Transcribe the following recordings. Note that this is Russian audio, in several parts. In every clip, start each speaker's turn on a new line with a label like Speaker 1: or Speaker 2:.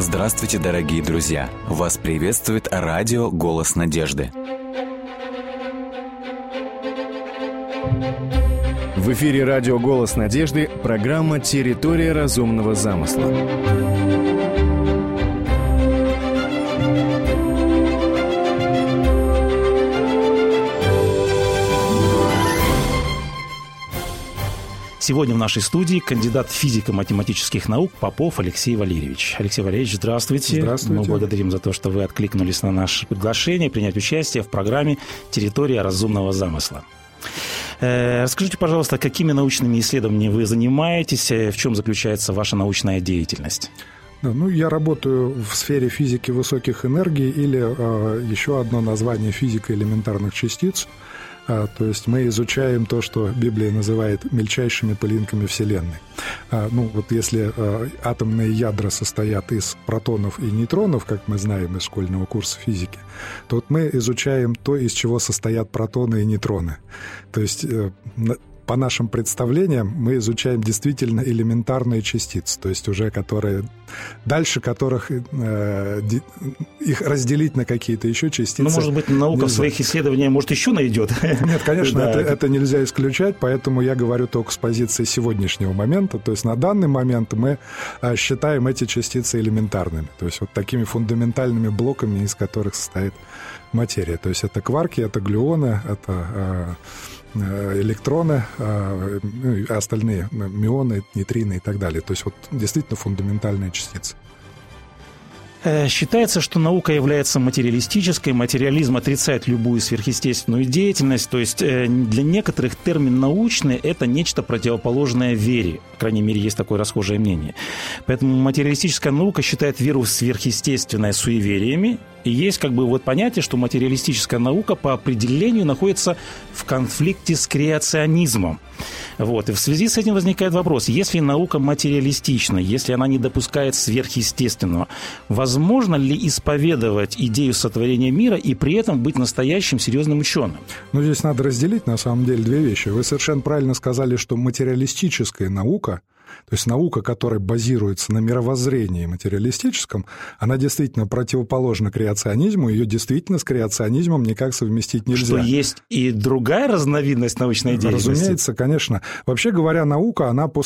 Speaker 1: Здравствуйте, дорогие друзья! Вас приветствует радио «Голос надежды».
Speaker 2: В эфире радио «Голос надежды» программа «Территория разумного замысла».
Speaker 3: Сегодня в нашей студии кандидат физико-математических наук Попов Алексей Валерьевич. Алексей Валерьевич, здравствуйте.
Speaker 4: Здравствуйте.
Speaker 3: Мы благодарим за то, что вы откликнулись на наше приглашение принять участие в программе «Территория разумного замысла». Расскажите, пожалуйста, какими научными исследованиями вы занимаетесь, в чем заключается ваша научная деятельность?
Speaker 4: Я работаю в сфере физики высоких энергий или еще одно название физика элементарных частиц. То есть мы изучаем то, что Библия называет мельчайшими пылинками Вселенной. Если атомные ядра состоят из протонов и нейтронов, как мы знаем из школьного курса физики, то мы изучаем то, из чего состоят протоны и нейтроны. То есть по нашим представлениям мы изучаем действительно элементарные частицы, то есть уже которые, дальше которых их разделить на какие-то еще частицы.
Speaker 3: Может быть, наука в своих исследованиях, может, еще найдет.
Speaker 4: Нет, конечно, это нельзя исключать, поэтому я говорю только с позиции сегодняшнего момента. То есть на данный момент мы считаем эти частицы элементарными, то есть вот такими фундаментальными блоками, из которых состоит материя. То есть это кварки, это глюоны, это электроны, остальные мионы, нейтрины и так далее. То есть вот действительно фундаментальные частицы.
Speaker 3: Считается, что наука является материалистической, материализм отрицает любую сверхъестественную деятельность, то есть для некоторых термин «научный» – это нечто противоположное вере, по крайней мере, есть такое расхожее мнение. Поэтому материалистическая наука считает веру сверхъестественное суевериями, и есть понятие, что материалистическая наука по определению находится в конфликте с креационизмом. И в связи с этим возникает вопрос, если наука материалистична, если она не допускает сверхъестественного, возможно ли исповедовать идею сотворения мира и при этом быть настоящим серьезным ученым?
Speaker 4: Здесь надо разделить, на самом деле, две вещи. Вы совершенно правильно сказали, что материалистическая наука, то есть наука, которая базируется на мировоззрении материалистическом, она действительно противоположна креационизму, ее действительно с креационизмом никак совместить нельзя.
Speaker 3: Что есть и другая разновидность научной деятельности?
Speaker 4: Разумеется, конечно. Вообще говоря, наука, она по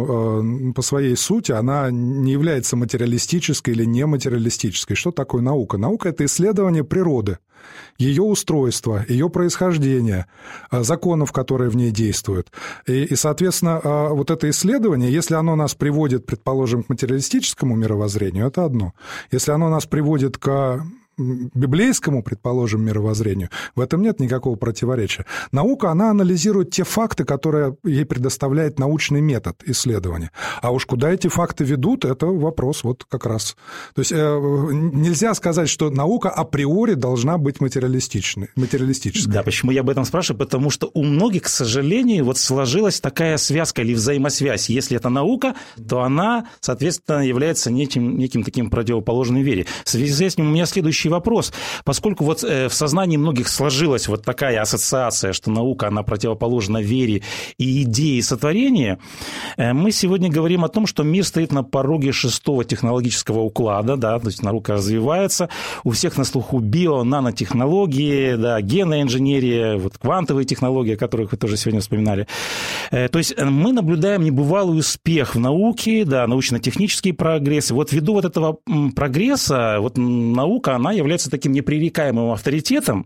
Speaker 4: своей сути, она не является материалистической или нематериалистической. Что такое наука? Наука – это исследование природы, ее устройства, ее происхождения, законов, которые в ней действуют. И, соответственно, вот это исследование, если оно нас приводит, предположим, к материалистическому мировоззрению, это одно. Если оно нас приводит к библейскому, предположим, мировоззрению, в этом нет никакого противоречия. Наука, она анализирует те факты, которые ей предоставляет научный метод исследования. А уж куда эти факты ведут, это вопрос как раз. То есть нельзя сказать, что наука априори должна быть материалистической.
Speaker 3: Да, почему я об этом спрашиваю? Потому что у многих, к сожалению, сложилась такая связка или взаимосвязь. Если это наука, то она, соответственно, является неким таким противоположным вере. В связи с этим у меня следующий вопрос. Поскольку в сознании многих сложилась такая ассоциация, что наука, она противоположна вере и идее сотворения, мы сегодня говорим о том, что мир стоит на пороге 6-го технологического уклада, то есть наука развивается, у всех на слуху нанотехнологии, генная инженерия, квантовые технологии, о которых вы тоже сегодня вспоминали. То есть мы наблюдаем небывалый успех в науке, научно-технический прогресс. Ввиду этого прогресса, наука, она является таким непререкаемым авторитетом.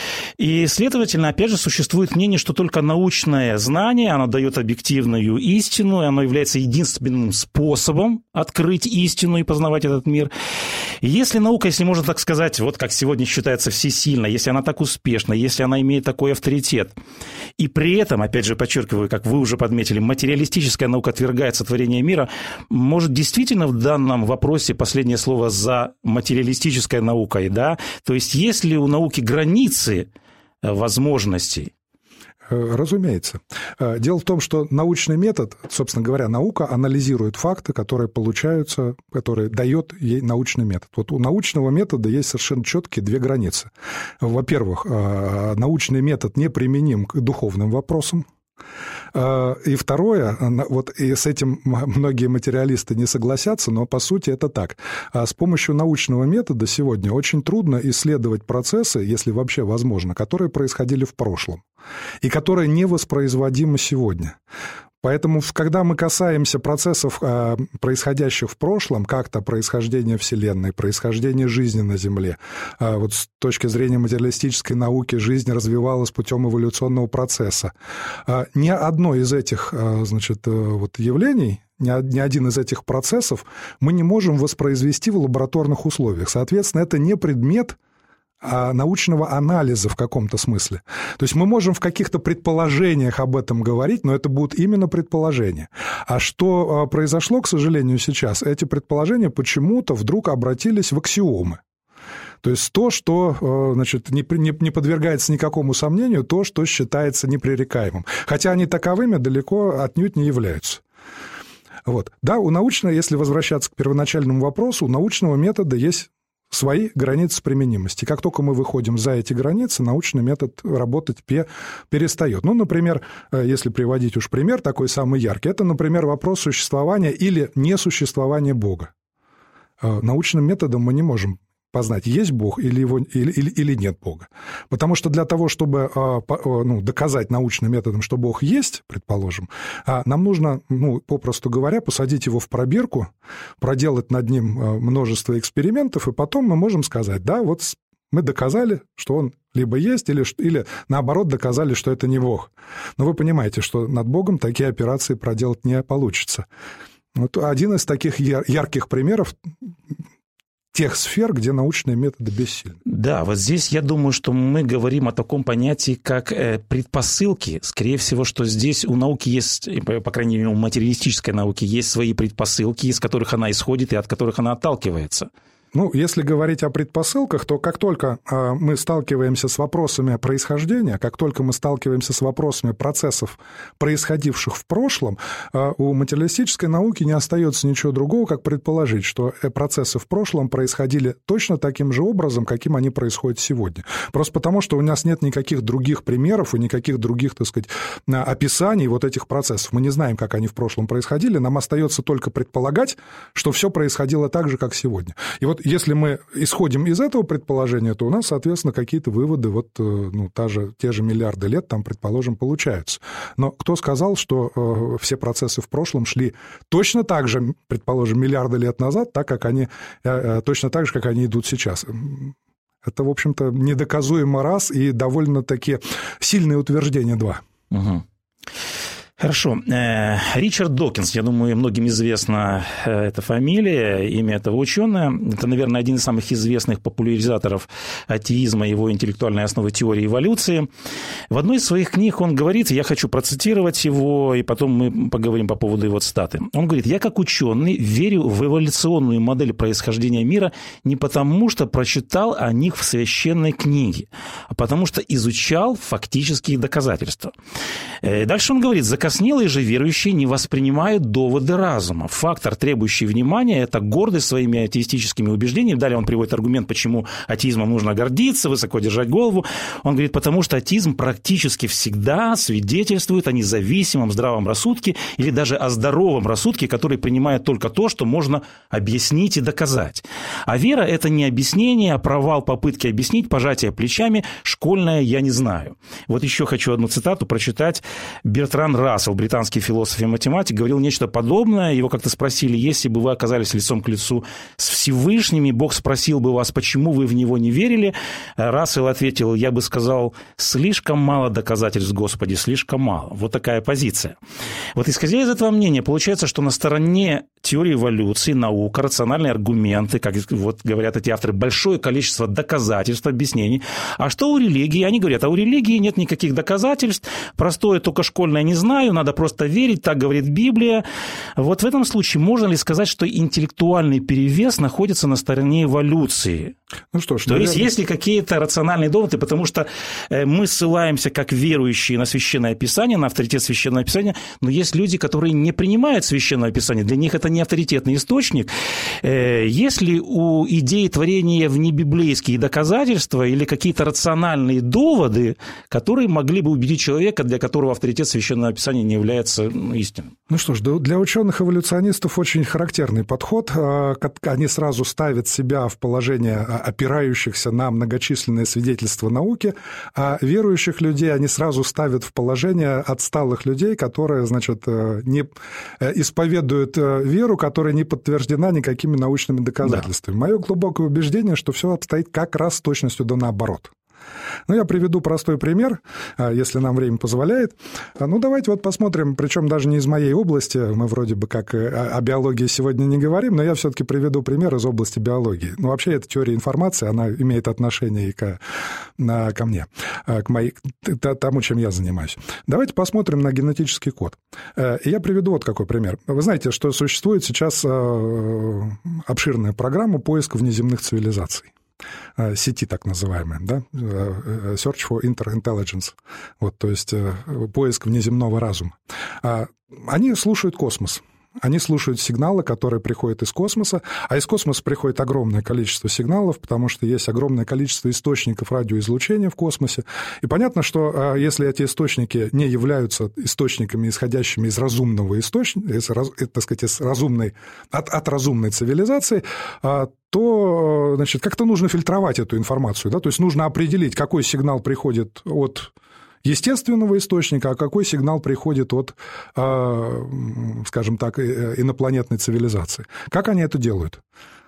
Speaker 3: И, следовательно, опять же, существует мнение, что только научное знание, оно дает объективную истину, и оно является единственным способом открыть истину и познавать этот мир. И если наука, если можно так сказать, как сегодня считается всесильной, если она так успешна, если она имеет такой авторитет, и при этом, опять же, подчеркиваю, как вы уже подметили, материалистическая наука отвергает сотворение мира, может, действительно в данном вопросе последнее слово за материалистической наукой, То есть есть ли у науки границы возможностей?
Speaker 4: Разумеется. Дело в том, что научный метод, собственно говоря, наука анализирует факты, которые получаются, которые дает ей научный метод. У научного метода есть совершенно четкие две границы. Во-первых, научный метод неприменим к духовным вопросам. И второе, вот и с этим многие материалисты не согласятся, но по сути это так. С помощью научного метода сегодня очень трудно исследовать процессы, если вообще возможно, которые происходили в прошлом и которые невоспроизводимы сегодня. Поэтому, когда мы касаемся процессов, происходящих в прошлом, как-то происхождения Вселенной, происхождения жизни на Земле, вот с точки зрения материалистической науки жизнь развивалась путем эволюционного процесса, ни одно из этих, вот явлений, ни один из этих процессов мы не можем воспроизвести в лабораторных условиях. Соответственно, это не предмет научного анализа в каком-то смысле. То есть мы можем в каких-то предположениях об этом говорить, но это будут именно предположения. А что произошло, к сожалению, сейчас? Эти предположения почему-то вдруг обратились в аксиомы. То есть то, что не подвергается никакому сомнению, то, что считается непререкаемым. Хотя они таковыми далеко отнюдь не являются. Вот. Да, если возвращаться к первоначальному вопросу, у научного метода есть свои границы применимости. Как только мы выходим за эти границы, научный метод работать перестает. Ну, например, если приводить уж пример такой самый яркий, это, например, вопрос существования или несуществования Бога. Научным методом мы не можем познать, есть Бог или нет Бога. Потому что для того, чтобы доказать научным методом, что Бог есть, предположим, нам нужно, попросту говоря, посадить его в пробирку, проделать над ним множество экспериментов, и потом мы можем сказать, да, вот мы доказали, что он либо есть, или наоборот доказали, что это не Бог. Но вы понимаете, что над Богом такие операции проделать не получится. Вот один из таких ярких примеров тех сфер, где научные методы бессильны.
Speaker 3: Да, вот здесь я думаю, что мы говорим о таком понятии, как предпосылки. Скорее всего, что здесь у науки есть, по крайней мере, у материалистической науки есть свои предпосылки, из которых она исходит и от которых она отталкивается.
Speaker 4: Если говорить о предпосылках, то как только мы сталкиваемся с вопросами происхождения, как только мы сталкиваемся с вопросами процессов, происходивших в прошлом, у материалистической науки не остается ничего другого, как предположить, что процессы в прошлом происходили точно таким же образом, каким они происходят сегодня. Просто потому, что у нас нет никаких других примеров и никаких других, так сказать, описаний вот этих процессов. Мы не знаем, как они в прошлом происходили, нам остается только предполагать, что все происходило так же, как сегодня. И вот если мы исходим из этого предположения, то у нас, соответственно, какие-то выводы, те же миллиарды лет, там, предположим, получаются. Но кто сказал, что все процессы в прошлом шли точно так же, предположим, миллиарды лет назад, точно так же, как они идут сейчас? Это, в общем-то, недоказуемо раз и довольно-таки сильное утверждение два.
Speaker 3: Угу. Хорошо. Ричард Докинс, я думаю, многим известна эта фамилия, имя этого ученого. Это, наверное, один из самых известных популяризаторов атеизма, его интеллектуальной основы теории эволюции. В одной из своих книг он говорит, я хочу процитировать его, и потом мы поговорим по поводу его цитаты. Он говорит, я как ученый верю в эволюционную модель происхождения мира не потому, что прочитал о них в священной книге, а потому что изучал фактические доказательства. Дальше он говорит, закоснелые же верующие не воспринимают доводы разума. Фактор, требующий внимания, это гордость своими атеистическими убеждениями. Далее он приводит аргумент, почему атеизмом нужно гордиться, высоко держать голову. Он говорит, потому что атеизм практически всегда свидетельствует о независимом здравом рассудке или даже о здоровом рассудке, который принимает только то, что можно объяснить и доказать. А вера – это не объяснение, а провал попытки объяснить, пожатие плечами, школьное «я не знаю». Вот еще хочу одну цитату прочитать. Бертран Рассел, британский философ и математик, говорил нечто подобное. Его как-то спросили, если бы вы оказались лицом к лицу с Всевышним, и Бог спросил бы вас, почему вы в него не верили, Рассел ответил, я бы сказал, слишком мало доказательств, Господи, слишком мало. Вот такая позиция. Вот исходя из этого мнения, получается, что на стороне теории эволюции, наука, рациональные аргументы, как вот говорят эти авторы, большое количество доказательств, объяснений. А что у религии? Они говорят, а у религии нет никаких доказательств, простое только школьное не знаю, надо просто верить, так говорит Библия. Вот в этом случае можно ли сказать, что интеллектуальный перевес находится на стороне эволюции?
Speaker 4: Ну что ж,
Speaker 3: то есть, есть ли какие-то рациональные доводы, потому что мы ссылаемся как верующие на Священное Писание, на авторитет Священного Писания, но есть люди, которые не принимают Священное Писание, для них это не авторитетный источник. Есть ли у идеи творения внебиблейские доказательства или какие-то рациональные доводы, которые могли бы убедить человека, для которого авторитет Священного Писания предположение не является истинным.
Speaker 4: Ну что ж, для ученых-эволюционистов очень характерный подход. Они сразу ставят себя в положение опирающихся на многочисленные свидетельства науки, а верующих людей они сразу ставят в положение отсталых людей, которые, значит, не исповедуют веру, которая не подтверждена никакими научными доказательствами. Да. Мое глубокое убеждение, что все обстоит как раз с точностью да наоборот. Ну, я приведу простой пример, если нам время позволяет. Ну, давайте вот посмотрим, причем даже не из моей области, мы вроде бы как о биологии сегодня не говорим, но я все-таки приведу пример из области биологии. Ну, вообще, эта теория информации, она имеет отношение и ко мне, к тому, чем я занимаюсь. Давайте посмотрим на генетический код. Я приведу вот какой пример. Вы знаете, что существует сейчас обширная программа поиска внеземных цивилизаций. Сети так называемые, да? Search for Inter-Intelligence, вот, то есть поиск внеземного разума. Они слушают космос. Они слушают сигналы, которые приходят из космоса, а из космоса приходит огромное количество сигналов, потому что есть огромное количество источников радиоизлучения в космосе. И понятно, что если эти источники не являются источниками, исходящими из разумного источника, так сказать, от разумной цивилизации, то, значит, как-то нужно фильтровать эту информацию, да? То есть нужно определить, какой сигнал приходит от естественного источника, а какой сигнал приходит от, скажем так, инопланетной цивилизации. Как они это делают?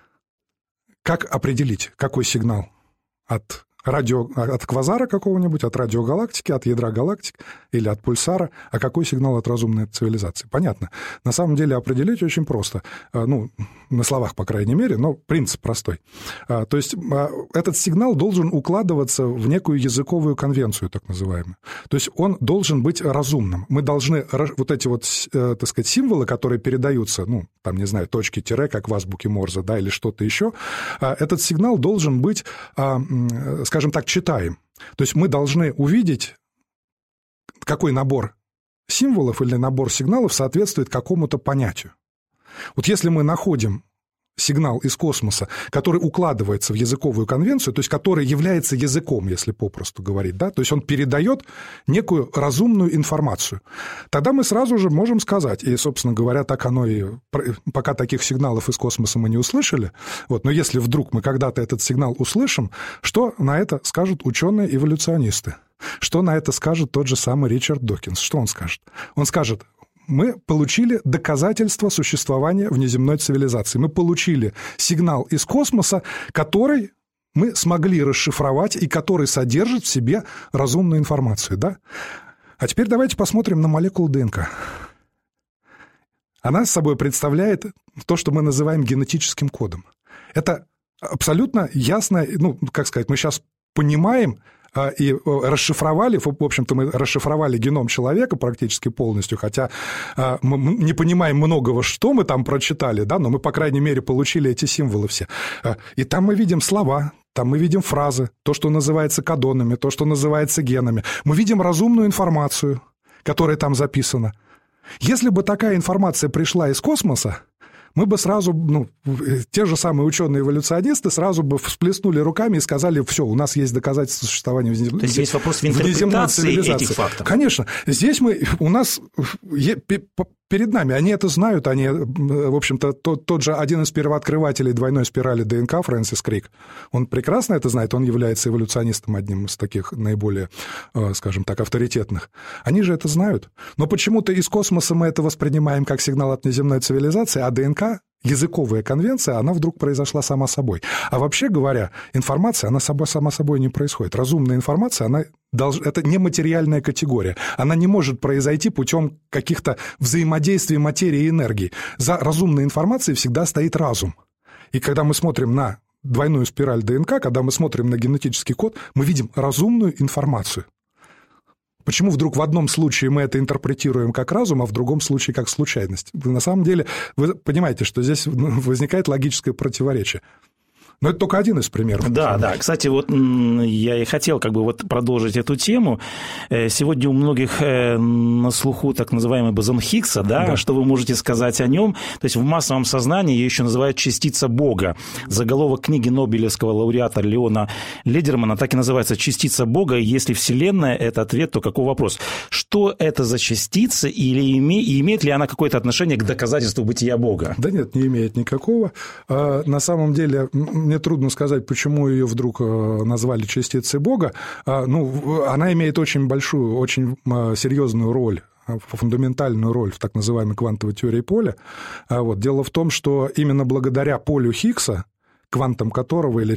Speaker 4: Как определить, какой сигнал от квазара какого-нибудь, от радиогалактики, от ядра галактик или от пульсара, а какой сигнал от разумной цивилизации? Понятно. На самом деле определить очень просто. Ну, на словах, по крайней мере, но принцип простой. То есть этот сигнал должен укладываться в некую языковую конвенцию, так называемую. То есть он должен быть разумным. Мы должны вот эти вот, так сказать, символы, которые передаются, ну, там, не знаю, точки, тире, как в азбуке Морзе, да, или что-то еще, этот сигнал должен быть, скажем так, читаем. То есть мы должны увидеть, какой набор символов или набор сигналов соответствует какому-то понятию. Вот если мы находим сигнал из космоса, который укладывается в языковую конвенцию, то есть который является языком, если попросту говорить, да, то есть он передает некую разумную информацию, тогда мы сразу же можем сказать, и, собственно говоря, так оно и... Пока таких сигналов из космоса мы не услышали, вот, но если вдруг мы когда-то этот сигнал услышим, что на это скажут ученые-эволюционисты? Что на это скажет тот же самый Ричард Докинс? Что он скажет? Он скажет: мы получили доказательства существования внеземной цивилизации. Мы получили сигнал из космоса, который мы смогли расшифровать и который содержит в себе разумную информацию. Да? А теперь давайте посмотрим на молекулу ДНК. Она собой представляет то, что мы называем генетическим кодом. Это абсолютно ясно, ну, как сказать, мы сейчас понимаем, и расшифровали, в общем-то, мы расшифровали геном человека практически полностью, хотя мы не понимаем многого, что мы там прочитали, да, но мы, по крайней мере, получили эти символы все. И там мы видим слова, там мы видим фразы, то, что называется кодонами, то, что называется генами. Мы видим разумную информацию, которая там записана. Если бы такая информация пришла из космоса, мы бы сразу, ну, те же самые ученые-эволюционисты сразу бы всплеснули руками и сказали: все, у нас есть доказательства существования внеземной цивилизации. То есть есть вопрос в интерпретации этих фактов. Конечно. Здесь у нас перед нами, они это знают, они, в общем-то, тот же один из первооткрывателей двойной спирали ДНК, Фрэнсис Крик, он прекрасно это знает, он является эволюционистом, одним из таких наиболее, скажем так, авторитетных. Они же это знают. Но почему-то из космоса мы это воспринимаем как сигнал от внеземной цивилизации, а ДНК, языковая конвенция, она вдруг произошла сама собой. А вообще говоря, информация, она сама собой не происходит. Разумная информация, это нематериальная категория. Она не может произойти путем каких-то взаимодействий материи и энергии. За разумной информацией всегда стоит разум. И когда мы смотрим на двойную спираль ДНК, когда мы смотрим на генетический код, мы видим разумную информацию. Почему вдруг в одном случае мы это интерпретируем как разум, а в другом случае как случайность? На самом деле, вы понимаете, что здесь возникает логическое противоречие. Но это только один из примеров.
Speaker 3: Да, да. Кстати, вот я и хотел как бы вот продолжить эту тему. Сегодня у многих на слуху так называемый бозон Хиггса, да? Что вы можете сказать о нем? То есть в массовом сознании ее еще называют частица Бога. Заголовок книги Нобелевского лауреата Леона Ледермана так и называется «Частица Бога». Если Вселенная – это ответ, то какой вопрос? что это за частица или имеет ли она какое-то отношение к доказательству бытия Бога?
Speaker 4: Да нет, не имеет никакого. На самом деле, мне трудно сказать, почему ее вдруг назвали частицей Бога. Она имеет очень большую, очень серьезную роль, фундаментальную роль в так называемой квантовой теории поля. Дело в том, что именно благодаря полю Хиггса, квантом которого, или,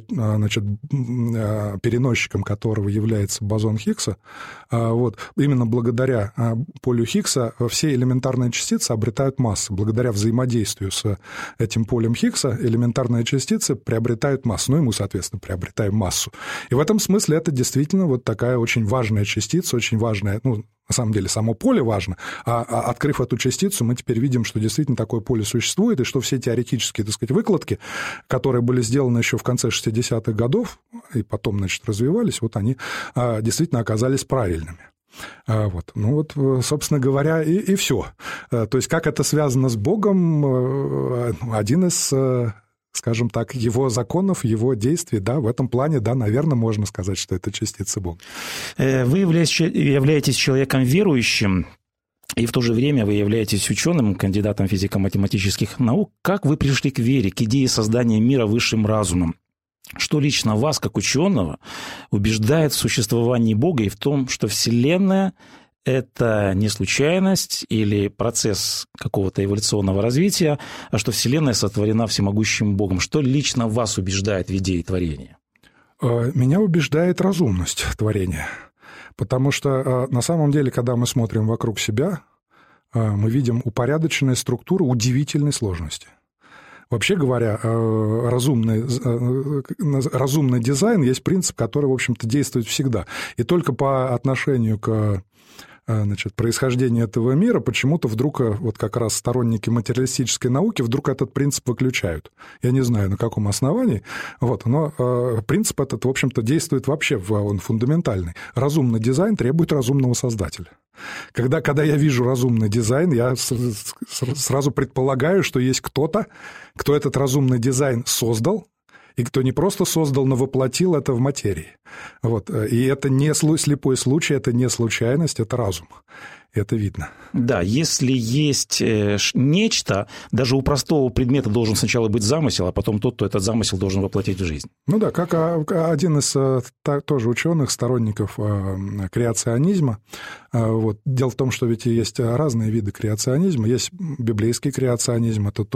Speaker 4: переносчиком которого является бозон Хиггса, именно благодаря полю Хиггса все элементарные частицы обретают массы. Благодаря взаимодействию с этим полем Хиггса элементарные частицы приобретают массу, и мы, соответственно, приобретаем массу. И в этом смысле это действительно вот такая очень важная частица, очень важная, на самом деле, само поле важно, а открыв эту частицу, мы теперь видим, что действительно такое поле существует, и что все теоретические, выкладки, которые были сделаны еще в конце 60-х годов, и потом, развивались, они действительно оказались правильными. Собственно говоря, и все. То есть, как это связано с Богом, один из, скажем так, его законов, его действий, в этом плане, наверное, можно сказать, что это частица Бога.
Speaker 3: Вы являетесь человеком верующим, и в то же время вы являетесь ученым, кандидатом физико-математических наук. Как вы пришли к вере, к идее создания мира высшим разумом? Что лично вас, как ученого, убеждает в существовании Бога и в том, что Вселенная – это не случайность или процесс какого-то эволюционного развития, а что Вселенная сотворена всемогущим Богом? Что лично вас убеждает в идее творения?
Speaker 4: Меня убеждает разумность творения. Потому что на самом деле, когда мы смотрим вокруг себя, мы видим упорядоченные структуры удивительной сложности. Вообще говоря, разумный дизайн есть принцип, который, в общем-то, действует всегда. И только по отношению к происхождению этого мира почему-то вдруг как раз сторонники материалистической науки вдруг этот принцип выключают. Я не знаю, на каком основании, но принцип этот, в общем-то, действует вообще, он фундаментальный. Разумный дизайн требует разумного создателя. Когда я вижу разумный дизайн, я сразу предполагаю, что есть кто-то, кто этот разумный дизайн создал, и кто не просто создал, но воплотил это в материи. И это не слепой случай, это не случайность, это разум. Это видно.
Speaker 3: Да, если есть нечто, даже у простого предмета должен сначала быть замысел, а потом тот, кто этот замысел должен воплотить в жизнь.
Speaker 4: Как один из тоже ученых, сторонников креационизма. Дело в том, что ведь есть разные виды креационизма. Есть библейский креационизм, это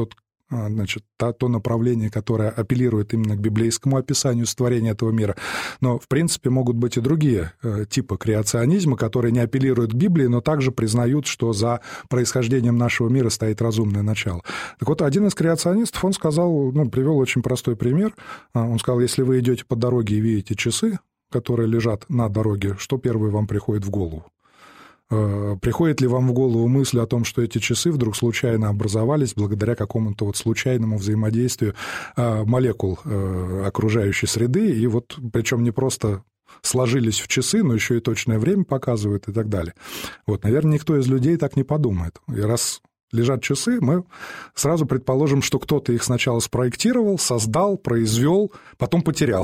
Speaker 4: то направление, которое апеллирует именно к библейскому описанию сотворения этого мира. Но, в принципе, могут быть и другие типы креационизма, которые не апеллируют к Библии, но также признают, что за происхождением нашего мира стоит разумное начало. Так вот, один из креационистов, он сказал, привел очень простой пример. Он сказал, если вы идете по дороге и видите часы, которые лежат на дороге, что первое вам приходит в голову? Приходит ли вам в голову мысль о том, что эти часы вдруг случайно образовались благодаря какому-то случайному взаимодействию молекул окружающей среды, и причем не просто сложились в часы, но еще и точное время показывают и так далее. Наверное, никто из людей так не подумает. И раз лежат часы, мы сразу предположим, что кто-то их сначала спроектировал, создал, произвел, потом потерял.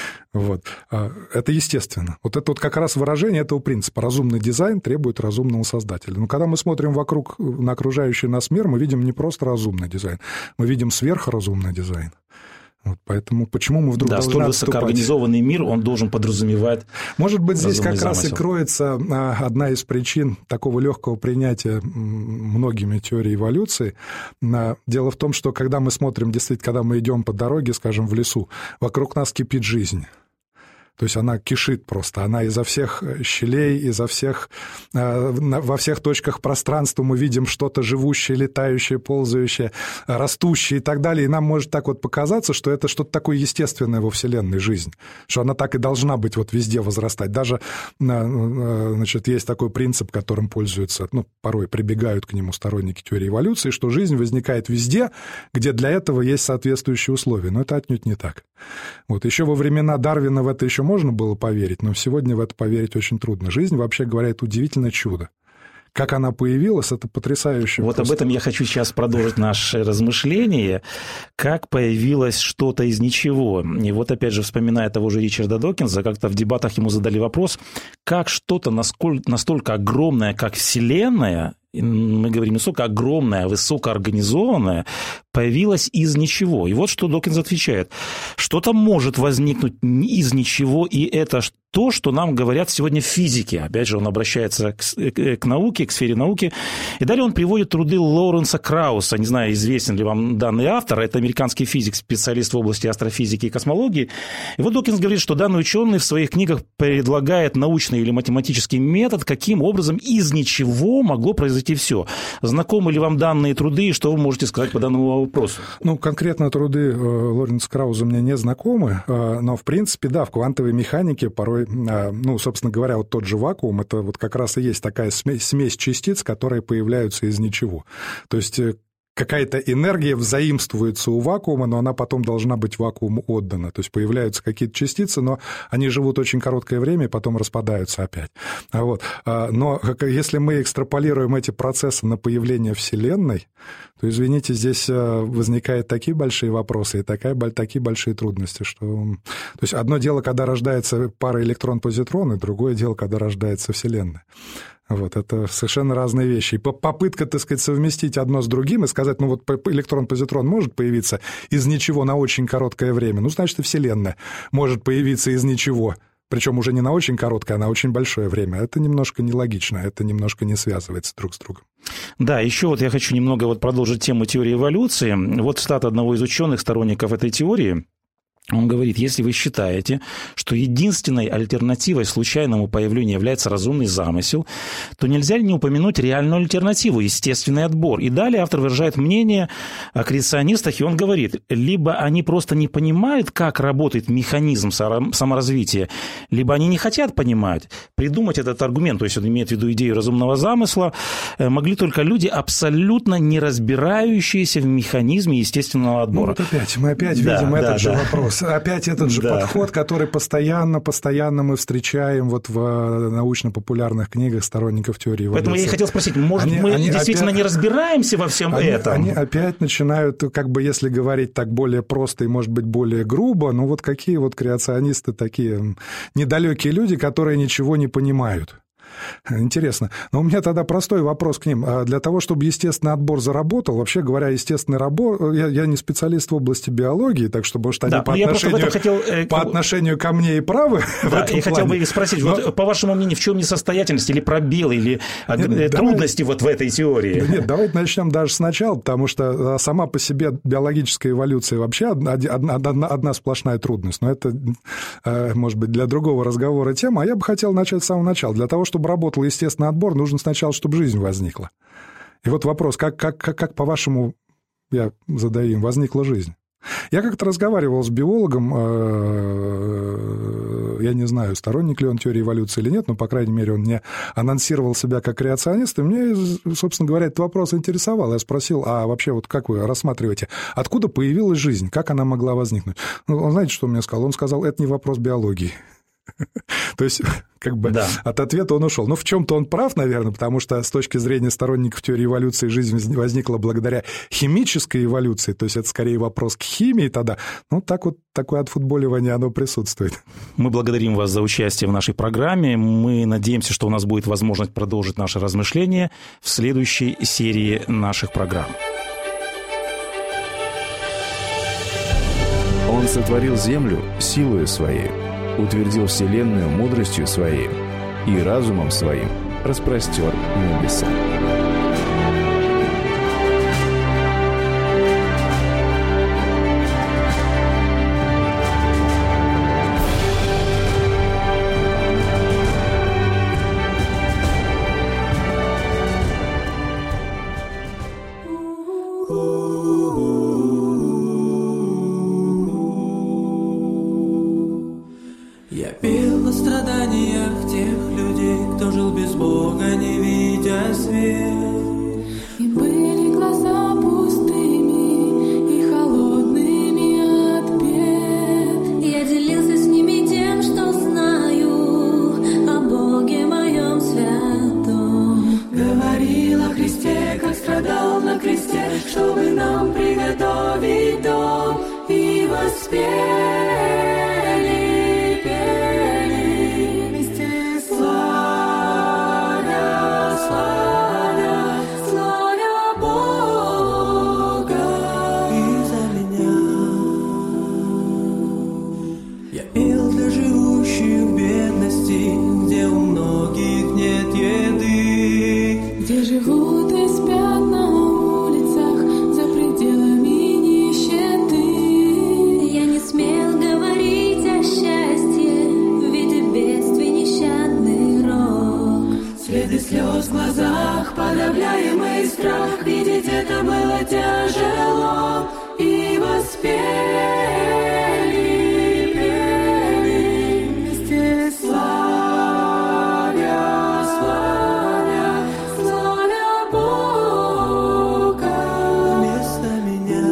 Speaker 4: Это естественно. Это как раз выражение этого принципа. Разумный дизайн требует разумного создателя. Но когда мы смотрим вокруг на окружающий нас мир, мы видим не просто разумный дизайн, мы видим сверхразумный дизайн. Поэтому почему мы вдруг должны
Speaker 3: столь
Speaker 4: отступать?
Speaker 3: Высокоорганизованный мир, он должен подразумевать.
Speaker 4: Может быть, здесь как
Speaker 3: замысел.
Speaker 4: раз и кроется одна из причин такого легкого принятия многими теорий эволюции. Дело в том, что когда мы смотрим, действительно, когда мы идем по дороге, скажем, в лесу, вокруг нас кипит жизнь. То есть она кишит просто, она изо всех щелей, во всех точках пространства мы видим что-то живущее, летающее, ползающее, растущее и так далее. И нам может так показаться, что это что-то такое естественное во Вселенной жизнь, что она так и должна быть везде возрастать. Даже, есть такой принцип, которым пользуются, порой прибегают к нему сторонники теории эволюции, что жизнь возникает везде, где для этого есть соответствующие условия. Но это отнюдь не так. Еще во времена Дарвина в это еще можно было поверить, но сегодня в это поверить очень трудно. Жизнь, вообще говоря, это удивительное чудо. Как она появилась, это потрясающе.
Speaker 3: Вот просто. Об этом я хочу сейчас продолжить наше размышление. Как появилось что-то из ничего. И вот опять же, вспоминая того же Ричарда Докинза, как-то в дебатах ему задали вопрос, как что-то настолько огромное, как Вселенная, мы говорим, настолько огромная, высокоорганизованная, появилась из ничего. И вот что Докинз отвечает. Что-то может возникнуть из ничего, и это то, что нам говорят сегодня в физике. Опять же, он обращается к науке, к сфере науки. И далее он приводит труды Лоуренса Крауса. Не знаю, известен ли вам данный автор. Это американский физик, специалист в области астрофизики и космологии. И вот Докинз говорит, что данный ученый в своих книгах предлагает научный или математический метод, каким образом из ничего могло произойти все. Знакомы ли вам данные труды, и что вы можете сказать по данному вопросу?
Speaker 4: Ну, конкретно труды Лоуренса Крауза мне не знакомы, но, в принципе, да, в квантовой механике порой, ну, собственно говоря, вот тот же вакуум, это вот как раз и есть такая смесь частиц, которые появляются из ничего. То есть какая-то энергия взаимствуется у вакуума, но она потом должна быть вакууму отдана. То есть появляются какие-то частицы, но они живут очень короткое время и потом распадаются опять. Вот. Но если мы экстраполируем эти процессы на появление Вселенной, то, извините, здесь возникают такие большие вопросы и такие большие трудности, что... То есть одно дело, когда рождается пара электрон-позитрон, и другое дело, когда рождается Вселенная. Вот, это совершенно разные вещи. И попытка, так сказать, совместить одно с другим и сказать, ну вот электрон-позитрон может появиться из ничего на очень короткое время, ну, значит, и Вселенная может появиться из ничего, причем уже не на очень короткое, а на очень большое время. Это немножко нелогично, это немножко не связывается друг с другом.
Speaker 3: Да, еще вот я хочу немного вот продолжить тему теории эволюции. Вот цитата одного из ученых, сторонников этой теории. Он говорит, если вы считаете, что единственной альтернативой случайному появлению является разумный замысел, то нельзя ли не упомянуть реальную альтернативу, естественный отбор. И далее автор выражает мнение о креационистах, и он говорит, либо они просто не понимают, как работает механизм саморазвития, либо они не хотят понимать. Придумать этот аргумент, то есть он имеет в виду идею разумного замысла, могли только люди, абсолютно не разбирающиеся в механизме естественного отбора.
Speaker 4: Ну, вот мы опять видим этот же вопрос. Опять этот же подход, который постоянно мы встречаем вот в научно-популярных книгах сторонников теории эволюции.
Speaker 3: Поэтому я и хотел спросить, может, мы действительно не разбираемся во всем этом?
Speaker 4: Они опять начинают, как бы, если говорить так более просто и, может быть, более грубо, ну вот какие вот креационисты такие недалекие люди, которые ничего не понимают. Интересно. Но у меня тогда простой вопрос к ним. Для того, чтобы естественный отбор заработал, вообще говоря, естественный отбор... Я не специалист в области биологии, так что, может, они по отношению ко мне и правы в этом плане.
Speaker 3: Я хотел бы спросить, вот, по вашему мнению, в чем несостоятельность или пробелы, или трудности вот в этой теории?
Speaker 4: Нет, давайте начнем даже сначала, потому что сама по себе биологическая эволюция вообще одна сплошная трудность. Но это, может быть, для другого разговора тема. А я бы хотел начать с самого начала. Для того, чтобы работал естественный отбор, нужно сначала, чтобы жизнь возникла. И вот вопрос, как по-вашему, я задаю им, возникла жизнь? Я как-то разговаривал с биологом, я не знаю, сторонник ли он теории эволюции или нет, но, по крайней мере, он мне анонсировал себя как креационист, и мне, собственно говоря, этот вопрос интересовал. Я спросил, а вообще вот как вы рассматриваете, откуда появилась жизнь, как она могла возникнуть? Ну, он, знаете, что он мне сказал? Он сказал, это не вопрос биологии. То есть, как бы от ответа он ушел. Но в чем-то он прав, наверное, потому что с точки зрения сторонников теории эволюции жизнь возникла благодаря химической эволюции, то есть это скорее вопрос к химии тогда. Ну, так вот, такое отфутболивание, оно присутствует.
Speaker 3: Мы благодарим вас за участие в нашей программе. Мы надеемся, что у нас будет возможность продолжить наше размышление в следующей серии наших программ.
Speaker 2: Он сотворил землю силою своей, утвердил вселенную мудростью своей и разумом своим распростер небеса.
Speaker 5: Говори чтобы нам приготовить дом, и воспели, пели вместе, славя, славя, славя Бога. И за меня я пел для живущих в бедности, где у многих нет еды, где живут и спят на улицах за пределами нищеты. Я не смел говорить о счастье в виде бедствий, нещадный рок. Следы слез в глазах, подавляемый страх, видеть это было тяжело. И воспели, пели вместе, славя, славя, славя Бога. Вместо меня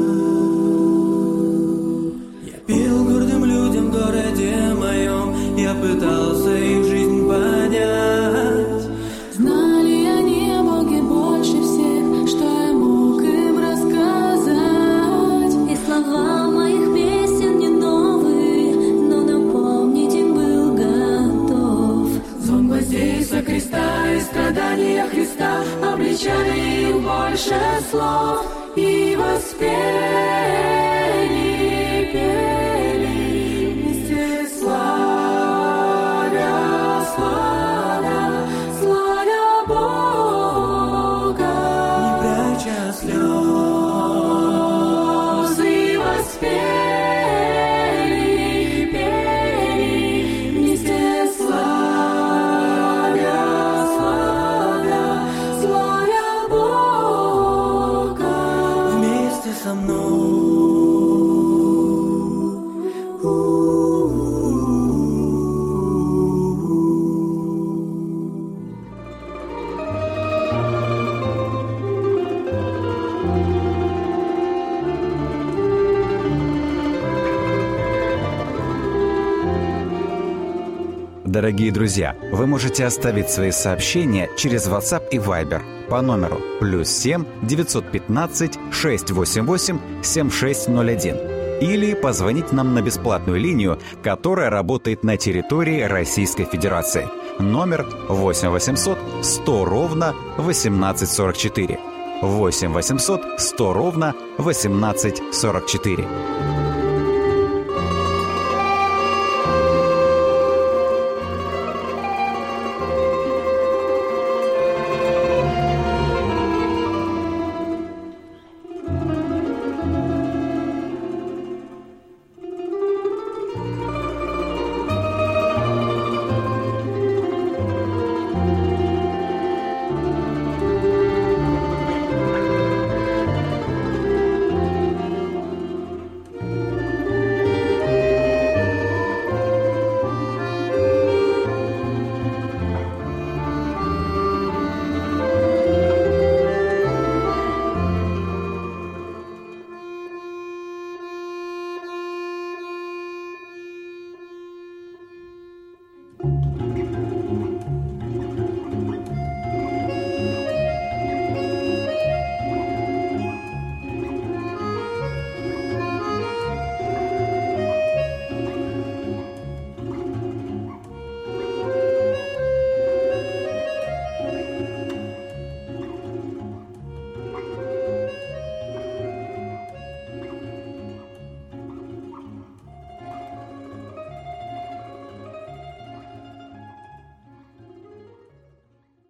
Speaker 5: я пел гордым людям в городе моем, я пытался их жизнь понять. Знали они о Боге больше всех, что я мог им рассказать. И слова моих песен не новые, но напомнить им был готов. Звон гвоздей со креста и страдания Христа обличали их больше слов. И воспели, пели вместе, славя, славя, славя Бога. Не пряча слез, и воспели, пели вместе, славя, славя, славя Бога. Вместе со мной.
Speaker 1: Дорогие друзья, вы можете оставить свои сообщения через WhatsApp и Viber по номеру +7 915 688 7601 или позвонить нам на бесплатную линию, которая работает на территории Российской Федерации. Номер 8 800 100 ровно 1844. 8 800 100 ровно 1844.